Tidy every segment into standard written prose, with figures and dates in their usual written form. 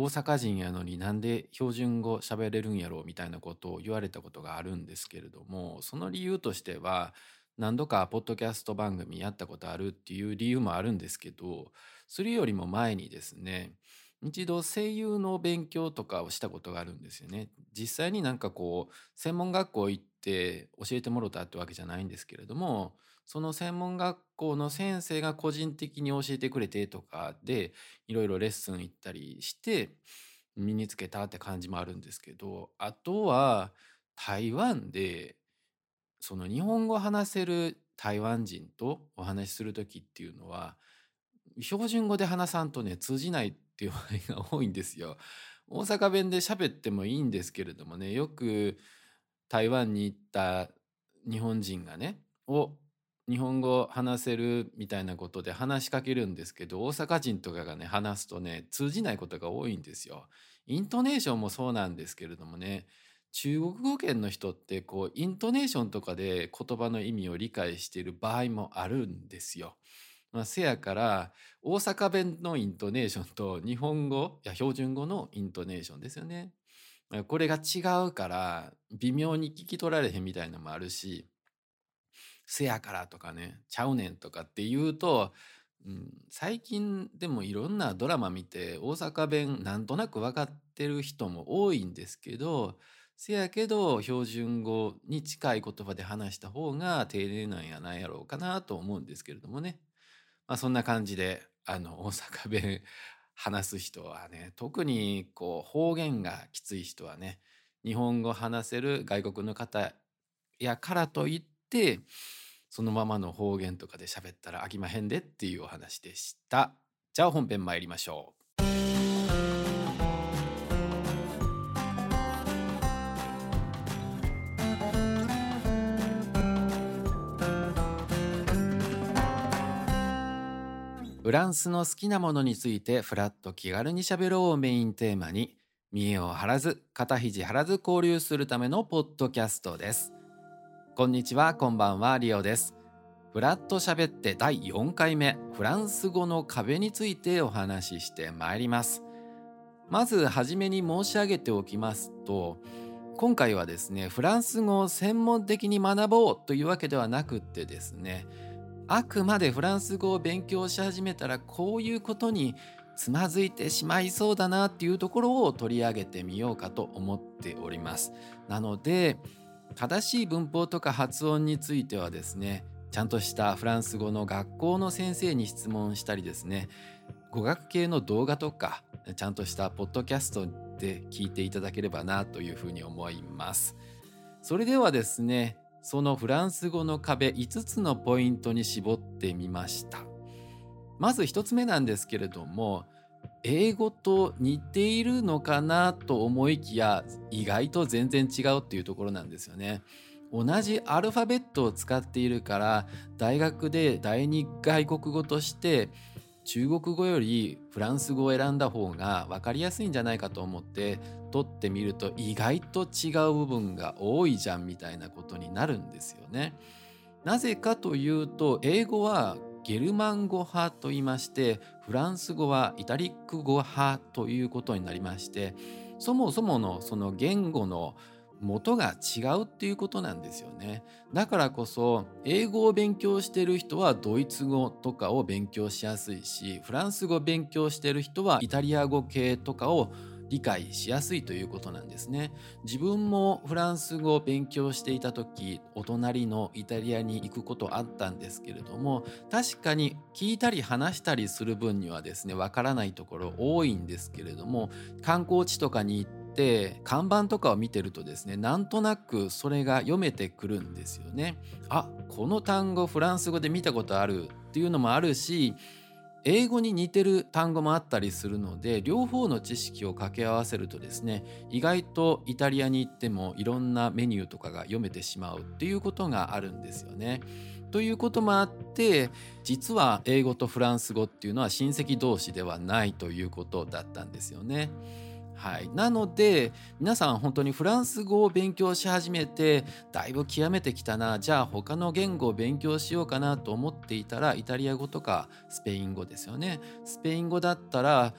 大阪人やのになんで標準語喋れるんやろうみたいなことを言われたことがあるんですけれども、その理由としては何度かポッドキャスト番組やったことあるっていう理由もあるんですけど、それよりも前にですね、一度声優の勉強とかをしたことがあるんですよね。実際に専門学校行って教えてもろたってわけじゃないんですけれども、その専門学校の先生が個人的に教えてくれてとかでいろいろレッスン行ったりして身につけたって感じもあるんですけど、あとは台湾でその日本語を話せる台湾人とお話しする時っていうのは標準語で話さんとね通じないっていう場合が多いんですよ。大阪弁で喋ってもいいんですけれどもね、よく台湾に行った日本人がね日本語話せるみたいなことで話しかけるんですけど、大阪人とかがね話すとね通じないことが多いんですよ。イントネーションもそうなんですけれどもね、中国語圏の人ってイントネーションとかで言葉の意味を理解している場合もあるんですよ。せやから大阪弁のイントネーションと日本語や標準語のイントネーションですよね。これが違うから微妙に聞き取られへんみたいなのもあるし、せやからとかね、ちゃうねんとかって言うと、最近でもいろんなドラマ見て大阪弁なんとなく分かってる人も多いんですけど、せやけど標準語に近い言葉で話した方が丁寧なんやないやろうかなと思うんですけれどもね。そんな感じで大阪弁話す人はね、特に方言がきつい人はね、日本語話せる外国の方やからといってそのままの方言とかで喋ったら飽きまへんでっていうお話でした。じゃあ本編参りましょう。フランスの好きなものについてフラッと気軽に喋ろうをメインテーマに、見栄を張らず肩肘張らず交流するためのポッドキャストです。こんにちは、こんばんは、リオです。フラッと喋って第4回目、フランス語の壁についてお話ししてまいります。まずはじめに申し上げておきますと、今回はですね、フランス語を専門的に学ぼうというわけではなくってですね、あくまでフランス語を勉強し始めたらこういうことにつまずいてしまいそうだなっていうところを取り上げてみようかと思っております。なので正しい文法とか発音についてはですね、ちゃんとしたフランス語の学校の先生に質問したりですね、語学系の動画とかちゃんとしたポッドキャストで聞いていただければなというふうに思います。それではですね、そのフランス語の壁5つのポイントに絞ってみました。まず1つ目なんですけれども、英語と似ているのかなと思いきや意外と全然違うっていうところなんですよね。同じアルファベットを使っているから大学で第二外国語として中国語よりフランス語を選んだ方が分かりやすいんじゃないかと思って取ってみると意外と違う部分が多いじゃんみたいなことになるんですよね。なぜかというと、英語はゲルマン語派と言いまして、フランス語はイタリック語派ということになりまして、そもそものその言語の元が違うっていうことなんですよね。だからこそ英語を勉強している人はドイツ語とかを勉強しやすいし、フランス語を勉強している人はイタリア語系とかを理解しやすいということなんですね。自分もフランス語を勉強していた時、お隣のイタリアに行くことあったんですけれども、確かに聞いたり話したりする分にはですね、わからないところ多いんですけれども、観光地とかに行って看板とかを見てるとですね、なんとなくそれが読めてくるんですよね。あ、この単語フランス語で見たことあるっていうのもあるし、英語に似てる単語もあったりするので、両方の知識を掛け合わせるとですね、意外とイタリアに行ってもいろんなメニューとかが読めてしまうっていうことがあるんですよね。ということもあって、実は英語とフランス語っていうのは親戚同士ではないということだったんですよね。はい、なので皆さん本当にフランス語を勉強し始めてだいぶ極めてきたな、じゃあ他の言語を勉強しようかなと思っていたら、イタリア語とかスペイン語ですよね。スペイン語だったら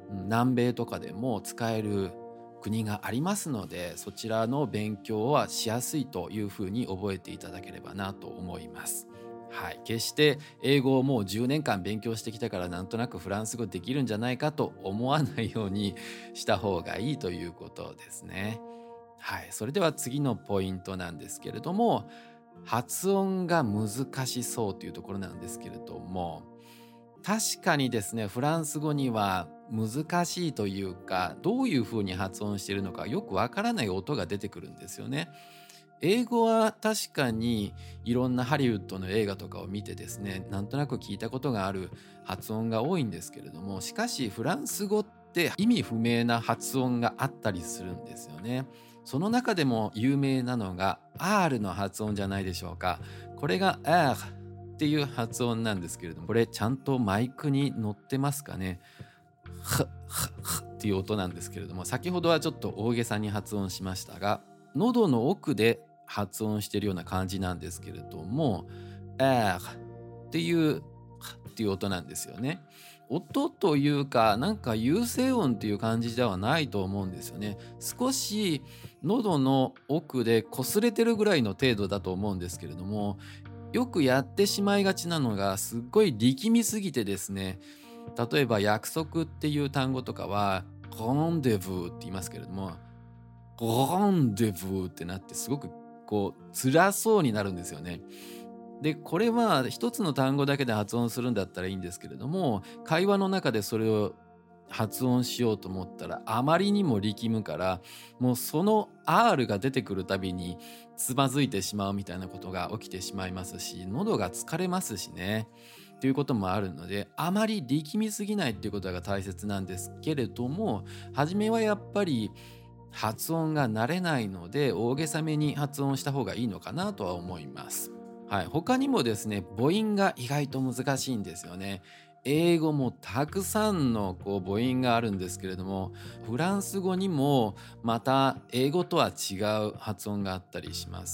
南米とかでも使える国がありますので、そちらの勉強はしやすいというふうに覚えていただければなと思います。はい、決して英語をもう10年間勉強してきたからなんとなくフランス語できるんじゃないかと思わないようにした方がいいということですね。はい、それでは次のポイントなんですけれども、発音が難しそうというところなんですけれども、確かにですね、フランス語には難しいというか、どういうふうに発音しているのかよくわからない音が出てくるんですよね。英語は確かにいろんなハリウッドの映画とかを見てですね、なんとなく聞いたことがある発音が多いんですけれども、しかしフランス語って意味不明な発音があったりするんですよね。その中でも有名なのが R の発音じゃないでしょうか。これが R っていう発音なんですけれども、これちゃんとマイクに乗ってますかね。っていう音なんですけれども、先ほどはちょっと大げさに発音しましたが、喉の奥で発音しているような感じなんですけれども、っていう音なんですよね。音というか、なんか有声音っていう感じではないと思うんですよね。少し喉の奥で擦れてるぐらいの程度だと思うんですけれども、よくやってしまいがちなのが、すっごい力みすぎてですね、例えば約束っていう単語とかは、ロンデブーって言いますけれども、ロンデブーってなってすごくこう辛そうになるんですよね。で、これは一つの単語だけで発音するんだったらいいんですけれども、会話の中でそれを発音しようと思ったらあまりにも力むから、もうその R が出てくるたびにつまずいてしまうみたいなことが起きてしまいますし、喉が疲れますしね。ということもあるので、あまり力みすぎないっていうことが大切なんですけれども、初めはやっぱり発音が慣れないので大げさめに発音した方がいいのかなとは思います。はい、他にもですね、母音が意外と難しいんですよね。英語もたくさんの母音があるんですけれども、フランス語にもまた英語とは違う発音があったりします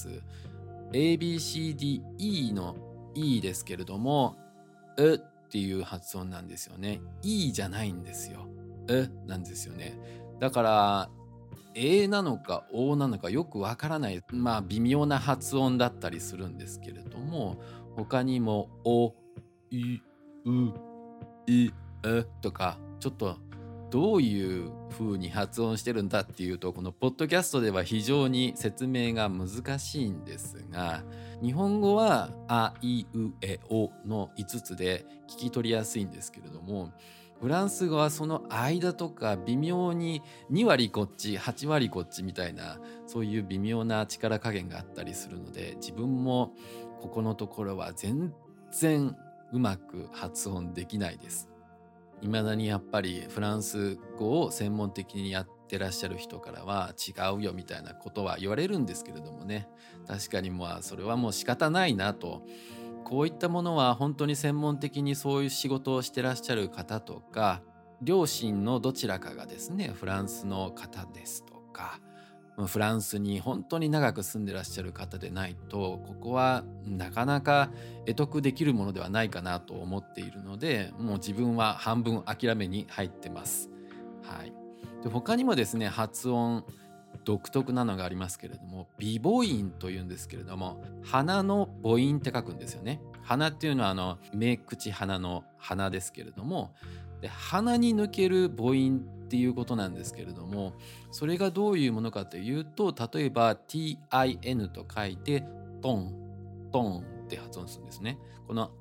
。ABCDE の E ですけれども、っていう発音なんですよね。E じゃないんですよ。なんですよね。だから、A なのか O なのかよくわからない、微妙な発音だったりするんですけれども、他にもお、い、う、い、とか、ちょっとどういう風に発音してるんだっていうと、このポッドキャストでは非常に説明が難しいんですが、日本語はあいうえおの5つで聞き取りやすいんですけれども、フランス語はその間とか微妙に2割こっち8割こっちみたいな、そういう微妙な力加減があったりするので、自分もここのところは全然うまく発音できないです。未だにやっぱりフランス語を専門的にやってらっしゃる人からは違うよみたいなことは言われるんですけれどもね、確かにそれはもう仕方ないなと。こういったものは本当に専門的にそういう仕事をしてらっしゃる方とか、両親のどちらかがですねフランスの方ですとか、フランスに本当に長く住んでらっしゃる方でないと、ここはなかなか得得できるものではないかなと思っているので、もう自分は半分諦めに入ってます。はい。で、他にもですね、発音独特なのがありますけれども、鼻母音というんですけれども、鼻の母音って書くんですよね。鼻っていうのは目口鼻の鼻ですけれども、で鼻に抜ける母音っていうことなんですけれども、それがどういうものかというと、例えば tin と書いてトントンって発音するんですね。この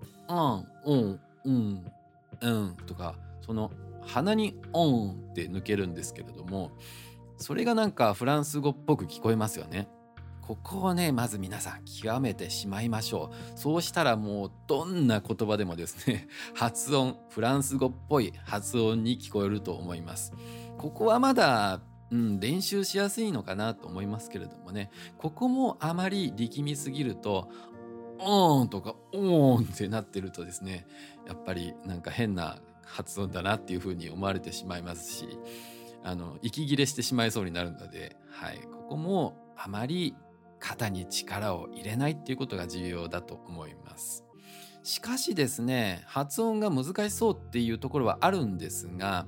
うんとか、その鼻にオンって抜けるんですけれども、それがなんかフランス語っぽく聞こえますよね。ここをね、まず皆さん極めてしまいましょう。そうしたらもうどんな言葉でもですね、発音、フランス語っぽい発音に聞こえると思います。ここはまだ、練習しやすいのかなと思いますけれどもね、ここもあまり力みすぎると、オーンとかオーンってなってるとですね、やっぱりなんか変な発音だなっていう風に思われてしまいますし、息切れしてしまいそうになるので、はい、ここもあまり肩に力を入れないっていうことが重要だと思います。しかしですね、発音が難しそうっていうところはあるんですが、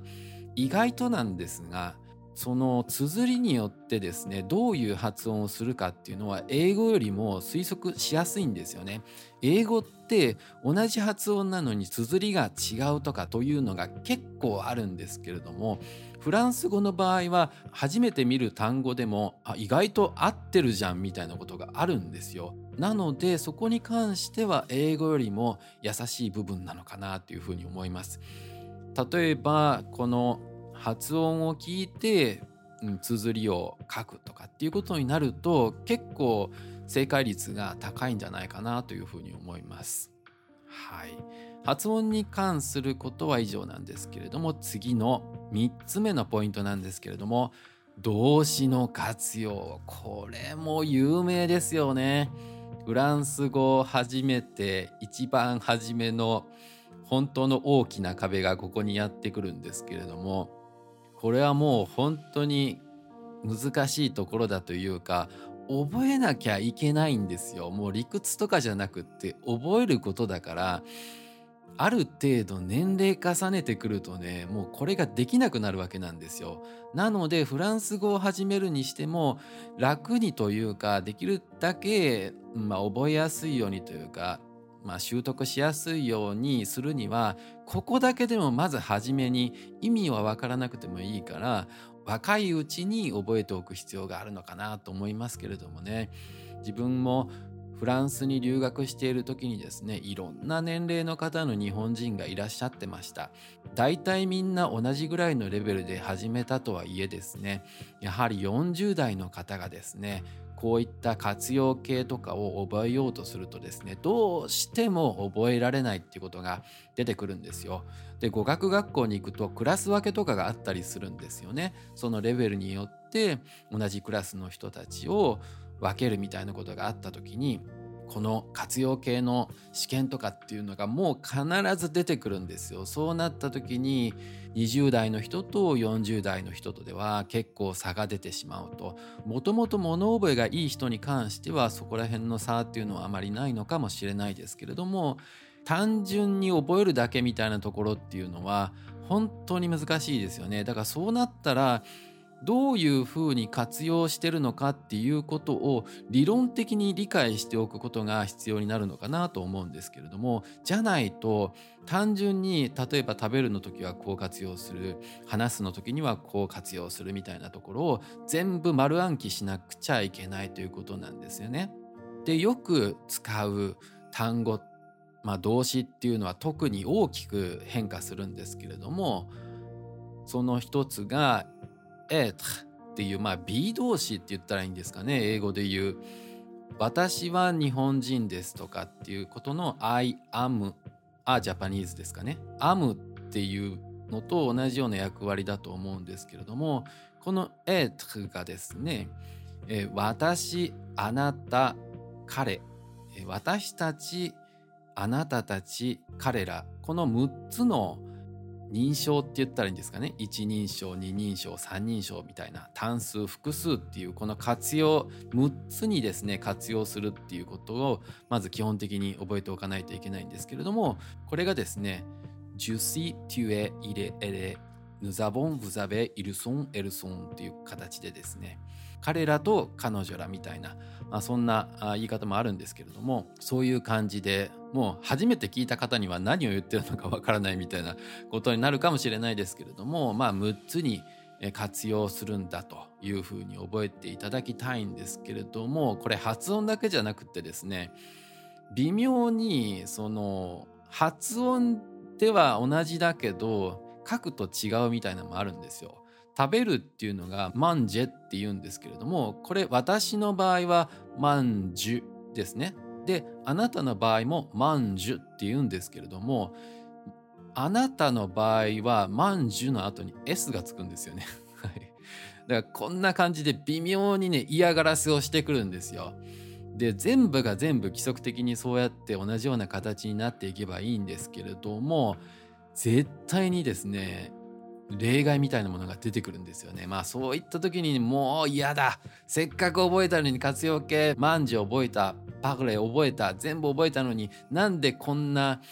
意外となんですが、その綴りによってですね、どういう発音をするかっていうのは英語よりも推測しやすいんですよね。英語って同じ発音なのに綴りが違うとかというのが結構あるんですけれども、フランス語の場合は初めて見る単語でも意外と合ってるじゃんみたいなことがあるんですよ。なのでそこに関しては英語よりも優しい部分なのかなというふうに思います。例えばこの発音を聞いて、綴りを書くとかっていうことになると結構正解率が高いんじゃないかなというふうに思います。はい。発音に関することは以上なんですけれども、次の3つ目のポイントなんですけれども、動詞の活用。これも有名ですよね。フランス語を初めて一番初めの本当の大きな壁がここにやってくるんですけれども、これはもう本当に難しいところだというか、覚えなきゃいけないんですよ。もう理屈とかじゃなくって覚えることだから、ある程度年齢重ねてくるとね、もうこれができなくなるわけなんですよ。なのでフランス語を始めるにしても楽にというか、できるだけ、覚えやすいようにというか、習得しやすいようにするには、ここだけでもまず初めに意味は分からなくてもいいから、若いうちに覚えておく必要があるのかなと思いますけれどもね。自分もフランスに留学している時にですね、いろんな年齢の方の日本人がいらっしゃってました。だいたいみんな同じぐらいのレベルで始めたとはいえですね、やはり40代の方がですね、こういった活用形とかを覚えようとするとですね、どうしても覚えられないっていうことが出てくるんですよ。で、語学学校に行くとクラス分けとかがあったりするんですよね。そのレベルによって同じクラスの人たちを分けるみたいなことがあった時に、この活用系の試験とかっていうのがもう必ず出てくるんですよ。そうなった時に20代の人と40代の人とでは結構差が出てしまうと。もともと物覚えがいい人に関してはそこら辺の差っていうのはあまりないのかもしれないですけれども、単純に覚えるだけみたいなところっていうのは本当に難しいですよね。だからそうなったらどういうふうに活用してるのかっていうことを理論的に理解しておくことが必要になるのかなと思うんですけれども、じゃないと単純に例えば食べるの時はこう活用する、話すの時にはこう活用するみたいなところを全部丸暗記しなくちゃいけないということなんですよね。で、よく使う単語、動詞っていうのは特に大きく変化するんですけれども、その一つがêtre っていう、B 動詞って言ったらいいんですかね、英語で言う。私は日本人ですとかっていうことの I am a Japanese ですかね。am っていうのと同じような役割だと思うんですけれども、この être がですね、私、あなた、彼、私たち、あなたたち、彼ら、この6つの認証って言ったらいいんですかね。一人称、二人称、三人称みたいな単数、複数っていうこの活用、6つにですね、活用するっていうことをまず基本的に覚えておかないといけないんですけれども、これがですね、Je suis, tu es, il est, elle est, nous avons, vous avez, ils sont, elles sont っていう形でですね、彼らと彼女らみたいな、そんな言い方もあるんですけれども、そういう感じでもう初めて聞いた方には何を言ってるのかわからないみたいなことになるかもしれないですけれども、6つに活用するんだというふうに覚えていただきたいんですけれども、これ発音だけじゃなくてですね、微妙にその発音では同じだけど書くと違うみたいなのもあるんですよ。食べるっていうのがマンジェって言うんですけれども、これ私の場合はマンジュですね。で、あなたの場合もマンジュって言うんですけれども、あなたの場合はマンジュの後に S がつくんですよね。はい。だからこんな感じで微妙にね、嫌がらせをしてくるんですよ。で、全部が全部規則的にそうやって同じような形になっていけばいいんですけれども、絶対にですね、例外みたいなものが出てくるんですよね。そういった時にもう嫌だ。せっかく覚えたのに活用形、マンジ覚えた、パグレ覚えた、全部覚えたのになんでこんな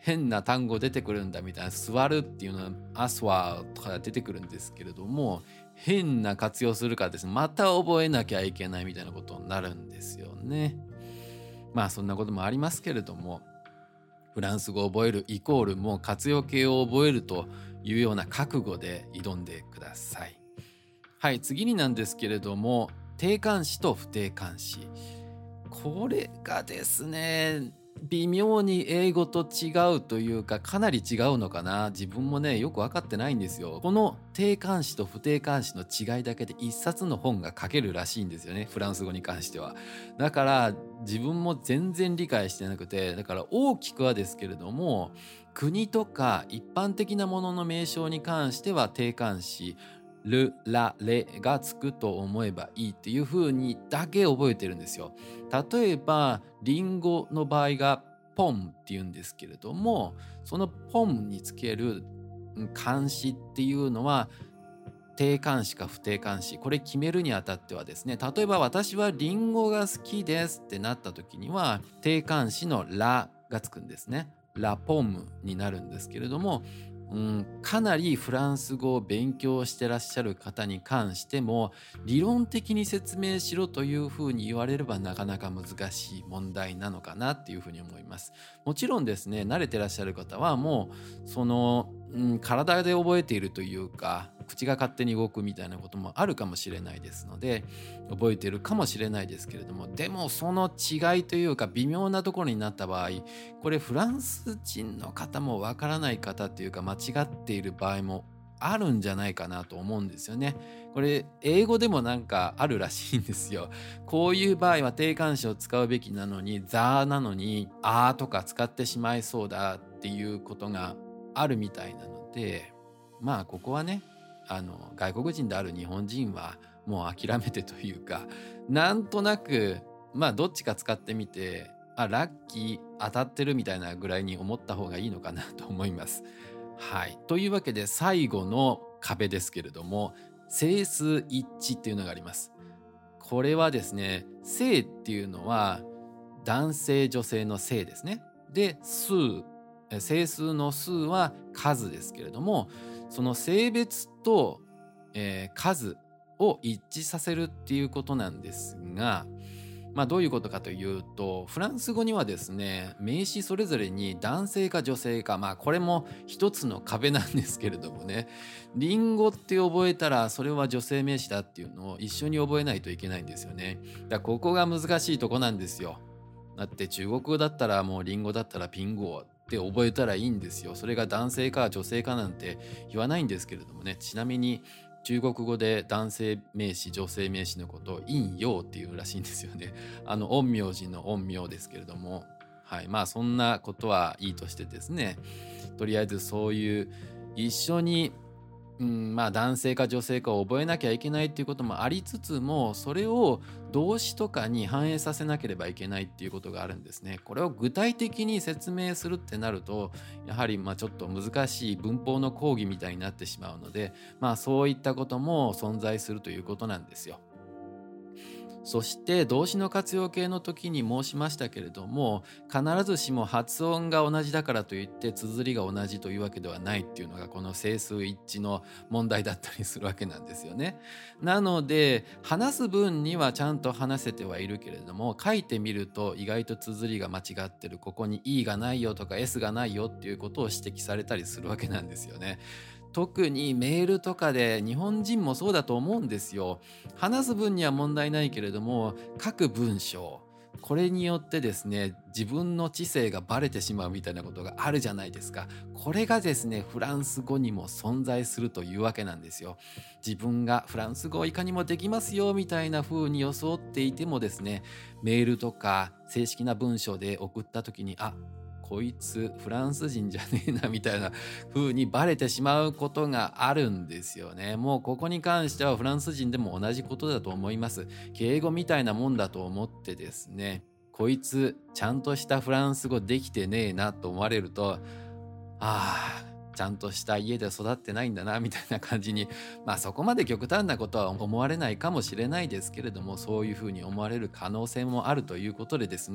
変な単語出てくるんだみたいな、座るっていうのはアスワーとか出てくるんですけれども、変な活用するからですね、また覚えなきゃいけないみたいなことになるんですよね。まあそんなこともありますけれども、フランス語を覚えるイコールもう活用形を覚えるというような覚悟で挑んでください。はい、次になんですけれども、定冠詞と不定冠詞。これがですね、微妙に英語と違うというか、かなり違うのかな。自分もね、よく分かってないんですよ。この定冠詞と不定冠詞の違いだけで一冊の本が書けるらしいんですよね、フランス語に関しては。だから自分も全然理解してなくて、だから大きくはですけれども、国とか一般的なものの名称に関しては定冠詞ル・ラ・レがつくと思えばいいっていう風にだけ覚えてるんですよ。例えばリンゴの場合がポンっていうんですけれども、そのポンにつける冠詞っていうのは定冠詞か不定冠詞、これ決めるにあたってはですね、例えば私はリンゴが好きですってなった時には定冠詞のラがつくんですね。ラポムになるんですけれども、かなりフランス語を勉強してらっしゃる方に関しても理論的に説明しろというふうに言われればなかなか難しい問題なのかなっていうふうに思います。もちろんですね、慣れてらっしゃる方はもうその、体で覚えているというか、口が勝手に動くみたいなこともあるかもしれないですので覚えているかもしれないですけれども、でもその違いというか微妙なところになった場合、これフランス人の方もわからない方っていうか間違っている場合もあるんじゃないかなと思うんですよね。これ英語でもなんかあるらしいんですよ。こういう場合は定冠詞を使うべきなのにザなのにあーとか使ってしまいそうだっていうことがあるみたいなので、まあここはね、外国人である日本人はもう諦めてというか、なんとなくまあどっちか使ってみて、ラッキー当たってるみたいなぐらいに思った方がいいのかなと思います。はい、というわけで最後の壁ですけれども、整数一致っていうのがあります。これはですね、性っていうのは男性女性の性ですね。で整数の数は数ですけれども、その性別と、数を一致させるっていうことなんですが、どういうことかというと、フランス語にはですね、名詞それぞれに男性か女性か、これも一つの壁なんですけれどもね、リンゴって覚えたらそれは女性名詞だっていうのを一緒に覚えないといけないんですよね。だからここが難しいとこなんですよ。だって中国語だったらもうリンゴだったらピンゴって覚えたらいいんですよ。それが男性か女性かなんて言わないんですけれどもね。ちなみに中国語で男性名詞女性名詞のことを陰陽っていうらしいんですよね。陰陽師の陰陽ですけれども、はい、そんなことはいいとしてですね、とりあえずそういう一緒に男性か女性かを覚えなきゃいけないっていうこともありつつも、それを動詞とかに反映させなければいけないっていうことがあるんですね。これを具体的に説明するってなると、やはりちょっと難しい文法の講義みたいになってしまうので、そういったことも存在するということなんですよ。そして動詞の活用形の時に申しましたけれども、必ずしも発音が同じだからといって綴りが同じというわけではないっていうのがこの整数一致の問題だったりするわけなんですよね。なので話す分にはちゃんと話せてはいるけれども、書いてみると意外と綴りが間違ってる、ここに E がないよとか S がないよっていうことを指摘されたりするわけなんですよね。特にメールとかで日本人もそうだと思うんですよ。話す分には問題ないけれども、書く文章、これによってですね、自分の知性がバレてしまうみたいなことがあるじゃないですか。これがですね、フランス語にも存在するというわけなんですよ。自分がフランス語いかにもできますよみたいな風に装っていてもですね、メールとか正式な文章で送った時に、こいつフランス人じゃねえなみたいな風にバレてしまうことがあるんですよね。もうここに関してはフランス人でも同じことだと思います。敬語みたいなもんだと思ってですね、こいつちゃんとしたフランス語できてねえなと思われると、ちゃんとした家で育ってないんだなみたいな感じに、そこまで極端なことは思われないかもしれないですけれども、そういうふうに思われる可能性もあるということでですね、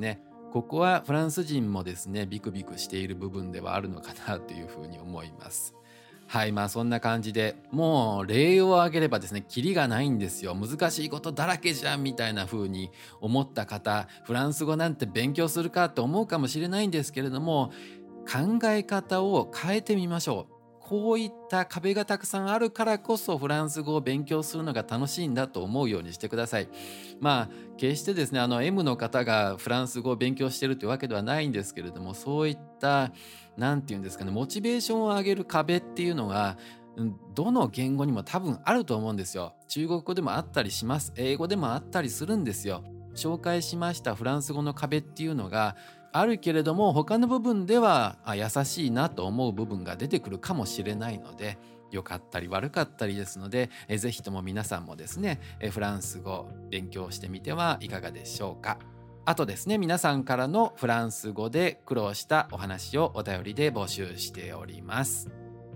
ここはフランス人もですね、ビクビクしている部分ではあるのかなというふうに思います。はい、そんな感じで、もう例を挙げればですね、キリがないんですよ。難しいことだらけじゃんみたいな風に思った方、フランス語なんて勉強するかと思うかもしれないんですけれども、考え方を変えてみましょう。こういった壁がたくさんあるからこそフランス語を勉強するのが楽しいんだと思うようにしてください。決してですね、M の方がフランス語を勉強してるというわけではないんですけれども、そういったなんていうんですかね、モチベーションを上げる壁っていうのが、どの言語にも多分あると思うんですよ。中国語でもあったりします。英語でもあったりするんですよ。紹介しましたフランス語の壁っていうのがあるけれども、他の部分では優しいなと思う部分が出てくるかもしれないので、良かったり悪かったりですので、ぜひとも皆さんもですね、フランス語勉強してみてはいかがでしょうか。あとですね、皆さんからのフランス語で苦労したお話をお便りで募集しております。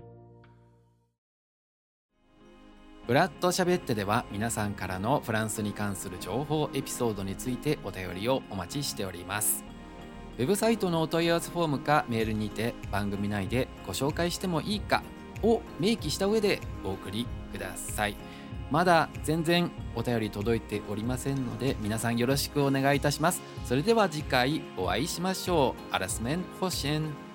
フラットしゃべってでは、皆さんからのフランスに関する情報エピソードについてお便りをお待ちしております。ウェブサイトのお問い合わせフォームかメールにて、番組内でご紹介してもいいかを明記した上でお送りください。まだ全然お便り届いておりませんので、皆さんよろしくお願いいたします。それでは次回お会いしましょう。アラスメンポシェン。